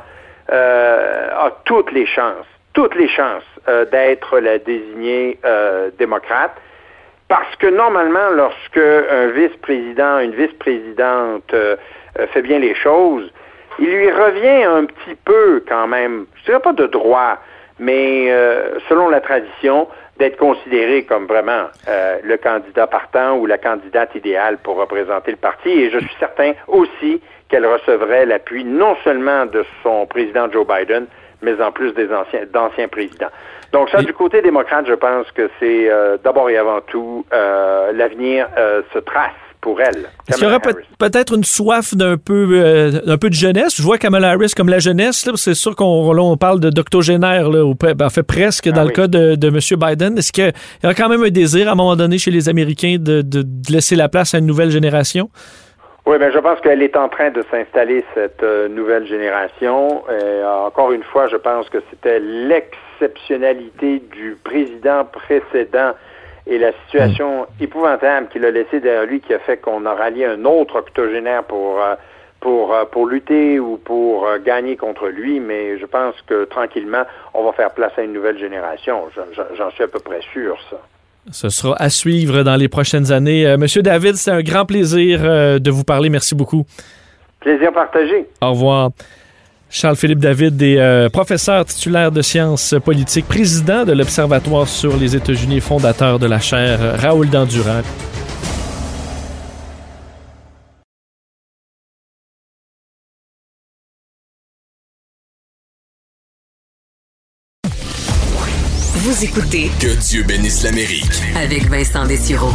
euh, a toutes les chances, toutes les chances euh, d'être la désignée euh, démocrate. Parce que normalement, lorsque un vice-président, une vice-présidente euh, euh, fait bien les choses, il lui revient un petit peu quand même, je dirais pas de droit, mais euh, selon la tradition, d'être considéré comme vraiment euh, le candidat partant ou la candidate idéale pour représenter le parti. Et je suis certain aussi qu'elle recevrait l'appui non seulement de son président Joe Biden, mais en plus des anciens, d'anciens présidents. Donc ça, du côté démocrate, je pense que c'est euh, d'abord et avant tout, euh, l'avenir euh, se trace pour elle. Est-ce qu'il y aura peut- peut-être une soif d'un peu, euh, d'un peu de jeunesse? Je vois Kamala Harris comme la jeunesse. Là, c'est sûr qu'on là, on parle de d'octogénaire, là, ou, ben, en fait presque dans ah, le oui. cas de, de M. Biden. Est-ce qu'il y a quand même un désir à un moment donné chez les Américains de, de, de laisser la place à une nouvelle génération? Oui, bien, je pense qu'elle est en train de s'installer, cette euh, nouvelle génération. Et, euh, encore une fois, je pense que c'était l'exceptionnalité du président précédent et la situation épouvantable qu'il a laissée derrière lui qui a fait qu'on a rallié un autre octogénaire pour euh, pour euh, pour lutter ou pour euh, gagner contre lui. Mais je pense que tranquillement, on va faire place à une nouvelle génération. J'en, j'en suis à peu près sûr, ça. Ce sera à suivre dans les prochaines années. Euh, Monsieur David, c'est un grand plaisir euh, de vous parler. Merci beaucoup. Plaisir partagé. Au revoir. Charles-Philippe David est euh, professeur titulaire de sciences politiques, président de l'Observatoire sur les États-Unis et fondateur de la chaire Raoul Dandurand. Vous écoutez Que Dieu bénisse l'Amérique avec Vincent Dessureau.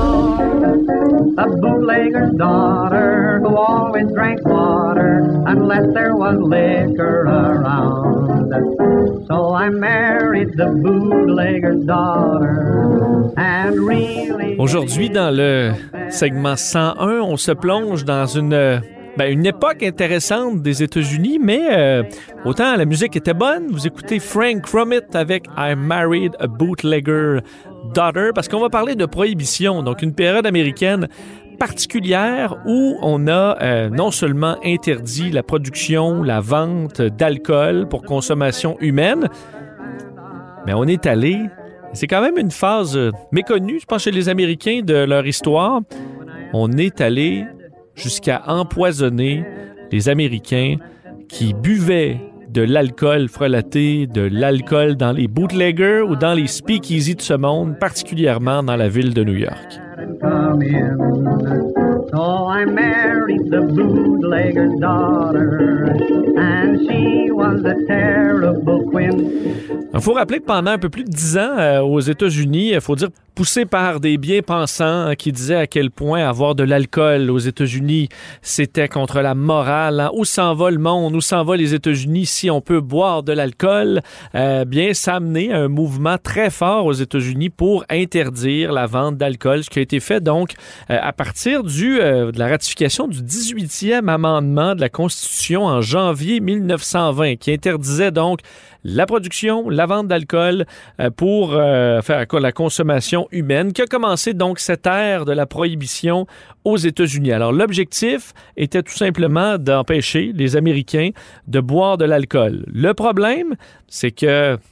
A bootlegger's daughter who always drank water unless there was liquor around. So I married the bootlegger's daughter and really... Aujourd'hui, dans le segment cent un, on se plonge dans une... Ben, une époque intéressante des États-Unis, mais euh, autant la musique était bonne. Vous écoutez Frank Crumit avec I Married a Bootlegger Daughter, parce qu'on va parler de prohibition, donc une période américaine particulière où on a euh, non seulement interdit la production, la vente d'alcool pour consommation humaine, mais on est allé, c'est quand même une phase méconnue, je pense, chez les Américains de leur histoire, on est allé jusqu'à empoisonner les Américains qui buvaient de l'alcool frelaté, de l'alcool dans les bootleggers ou dans les speakeasy de ce monde, particulièrement dans la ville de New York. So I married the bootlegger's daughter, and she was a terrible queen. Il faut rappeler que pendant un peu plus de dix ans euh, aux États-Unis, il faut dire poussé par des bien-pensants hein, qui disaient à quel point avoir de l'alcool aux États-Unis, c'était contre la morale. Hein. Où s'en va le monde? Où s'en va les États-Unis si on peut boire de l'alcool? Euh, bien, ça a amené un mouvement très fort aux États-Unis pour interdire la vente d'alcool, ce qui a été fait donc euh, à partir du, euh, de la ratification du dix-huitième amendement de la Constitution en janvier mille neuf cent vingt, qui interdisait donc la production, la vente d'alcool euh, pour euh, faire quoi, la consommation humaine, qui a commencé donc cette ère de la prohibition aux États-Unis. Alors, l'objectif était tout simplement d'empêcher les Américains de boire de l'alcool. Le problème, c'est que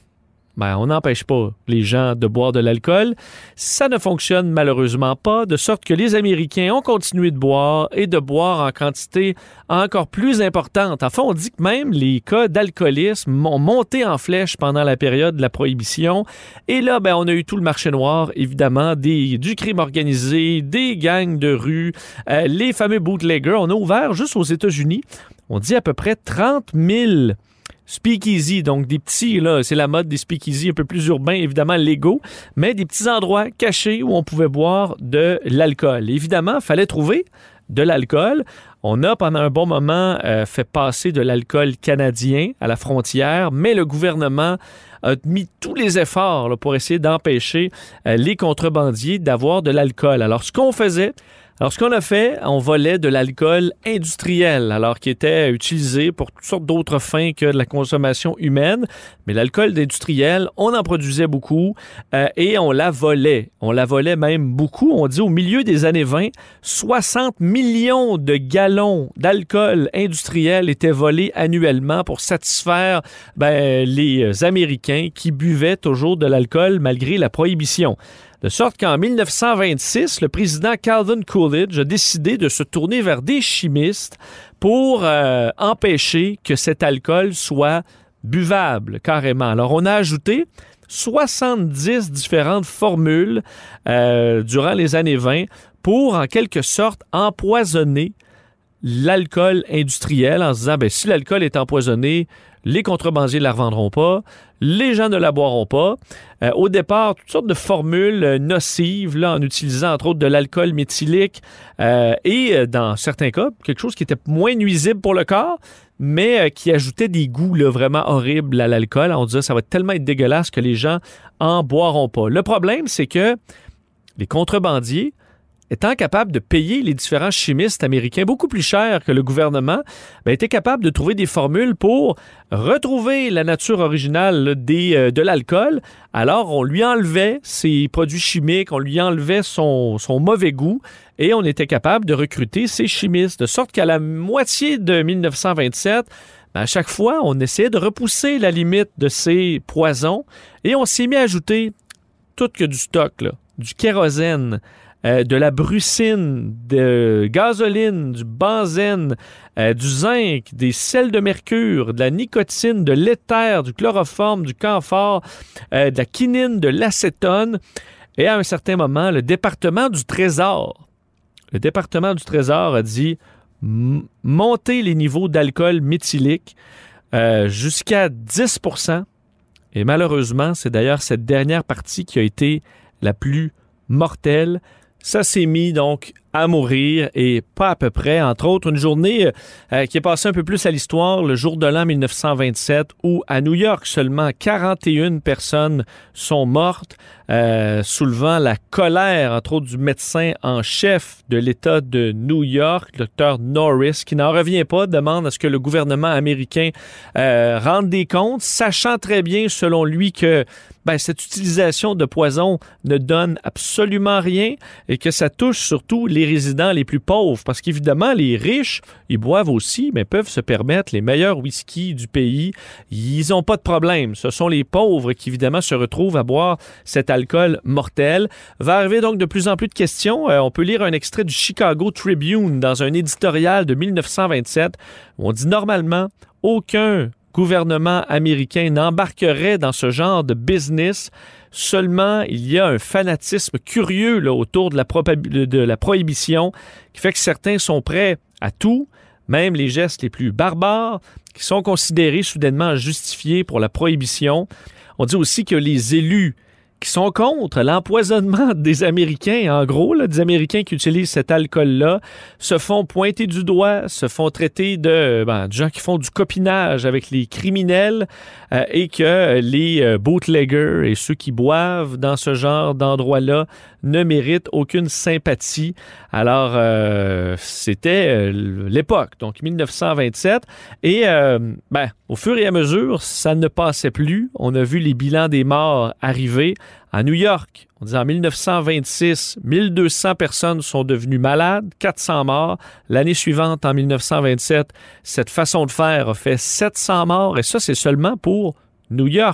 ben, on n'empêche pas les gens de boire de l'alcool. Ça ne fonctionne malheureusement pas, de sorte que les Américains ont continué de boire et de boire en quantité encore plus importante. Enfin, on dit que même les cas d'alcoolisme ont monté en flèche pendant la période de la Prohibition. Et là, ben, on a eu tout le marché noir, évidemment, des, du crime organisé, des gangs de rue, euh, les fameux bootleggers. On a ouvert juste aux États-Unis, on dit à peu près trente mille speakeasy, donc des petits, là, c'est la mode des speakeasy un peu plus urbains, évidemment légaux, mais des petits endroits cachés où on pouvait boire de l'alcool. Évidemment, il fallait trouver de l'alcool. On a pendant un bon moment euh, fait passer de l'alcool canadien à la frontière, mais le gouvernement a mis tous les efforts là, pour essayer d'empêcher euh, les contrebandiers d'avoir de l'alcool. Alors, ce qu'on faisait, Alors, ce qu'on a fait, on volait de l'alcool industriel, alors qui était utilisé pour toutes sortes d'autres fins que de la consommation humaine. Mais l'alcool industriel, on en produisait beaucoup euh, et on la volait. On la volait même beaucoup. On dit au milieu des années vingt, soixante millions de gallons d'alcool industriel étaient volés annuellement pour satisfaire ben, les Américains qui buvaient toujours de l'alcool malgré la prohibition. De sorte qu'en dix-neuf cent vingt-six, le président Calvin Coolidge a décidé de se tourner vers des chimistes pour euh, empêcher que cet alcool soit buvable, carrément. Alors, on a ajouté soixante-dix différentes formules euh, durant les années vingt pour, en quelque sorte, empoisonner l'alcool industriel en se disant, ben, si l'alcool est empoisonné, les contrebandiers ne la revendront pas, les gens ne la boiront pas. Euh, au départ, toutes sortes de formules euh, nocives, là, en utilisant entre autres de l'alcool méthylique euh, et euh, dans certains cas, quelque chose qui était moins nuisible pour le corps, mais euh, qui ajoutait des goûts là, vraiment horribles à l'alcool. On disait ça va tellement être dégueulasse que les gens en boiront pas. Le problème, c'est que les contrebandiers, étant capables de payer les différents chimistes américains beaucoup plus cher que le gouvernement, ben, étaient capables de trouver des formules pour retrouver la nature originale là, des, euh, de l'alcool. Alors, on lui enlevait ses produits chimiques, on lui enlevait son, son mauvais goût et on était capable de recruter ces chimistes. De sorte qu'à la moitié de dix-neuf cent vingt-sept, ben, à chaque fois, on essayait de repousser la limite de ces poisons et on s'est mis à ajouter tout que du stock, là, du kérosène, Euh, de la brucine, de gasoline, du benzène, euh, du zinc, des sels de mercure, de la nicotine, de l'éther, du chloroforme, du camphore, euh, de la quinine, de l'acétone. Et à un certain moment, le département du Trésor, le département du Trésor a dit m- monter les niveaux d'alcool méthylique euh, jusqu'à dix pour cent. Et malheureusement, c'est d'ailleurs cette dernière partie qui a été la plus mortelle. Ça s'est mis donc à mourir et pas à peu près. Entre autres, une journée euh, qui est passée un peu plus à l'histoire, le jour de l'an dix-neuf cent vingt-sept, où à New York, seulement quarante et une personnes sont mortes, euh, soulevant la colère, entre autres, du médecin en chef de l'État de New York, le docteur Norris, qui n'en revient pas, demande à ce que le gouvernement américain euh, rende des comptes, sachant très bien, selon lui, que ben, cette utilisation de poison ne donne absolument rien et que ça touche surtout les résidents les plus pauvres. Parce qu'évidemment, les riches, ils boivent aussi, mais peuvent se permettre les meilleurs whisky du pays. Ils n'ont pas de problème. Ce sont les pauvres qui, évidemment, se retrouvent à boire cet alcool mortel. Va arriver donc de plus en plus de questions. Euh, on peut lire un extrait du Chicago Tribune dans un éditorial de dix-neuf cent vingt-sept où on dit normalement, aucun gouvernement américain n'embarquerait dans ce genre de business. Seulement, il y a un fanatisme curieux là, autour de la, probab- de la prohibition qui fait que certains sont prêts à tout, même les gestes les plus barbares, qui sont considérés soudainement justifiés pour la prohibition. On dit aussi que les élus qui sont contre l'empoisonnement des Américains, en gros, là, des Américains qui utilisent cet alcool-là, se font pointer du doigt, se font traiter de, ben, de gens qui font du copinage avec les criminels euh, et que les euh, bootleggers et ceux qui boivent dans ce genre d'endroit-là ne méritent aucune sympathie. Alors, euh, c'était euh, l'époque, donc dix-neuf cent vingt-sept, et euh, ben, au fur et à mesure, ça ne passait plus. On a vu les bilans des morts arriver. À New York, on dit en dix-neuf cent vingt-six, mille deux cents personnes sont devenues malades, quatre cents morts. L'année suivante, en dix-neuf cent vingt-sept, cette façon de faire a fait sept cents morts, et ça, c'est seulement pour New York.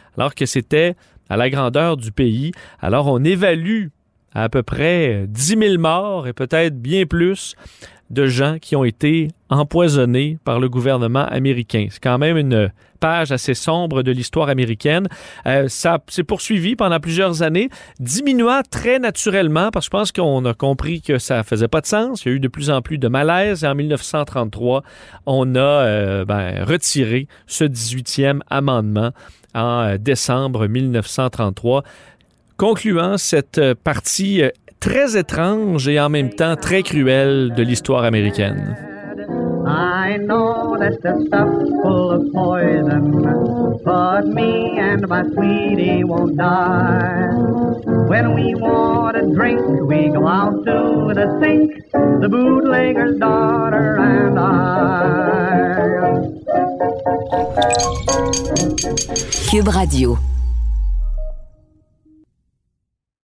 alors que c'était à la grandeur du pays. Alors, on évalue à, à peu près dix mille morts et peut-être bien plus de gens qui ont été empoisonnés par le gouvernement américain. C'est quand même une page assez sombre de l'histoire américaine. Euh, ça s'est poursuivi pendant plusieurs années, diminuant très naturellement, parce que je pense qu'on a compris que ça faisait pas de sens. Il y a eu de plus en plus de malaise. Et en dix-neuf cent trente-trois, on a euh, ben, retiré ce dix-huitième amendement en décembre dix-neuf cent trente-trois, concluant cette partie très étrange et en même temps très cruelle de l'histoire américaine. I know that the stuff's full of poison, but me and my sweetie won't die. When we want a drink, we go out to the sink, the bootlegger's daughter and I. Cube Radio.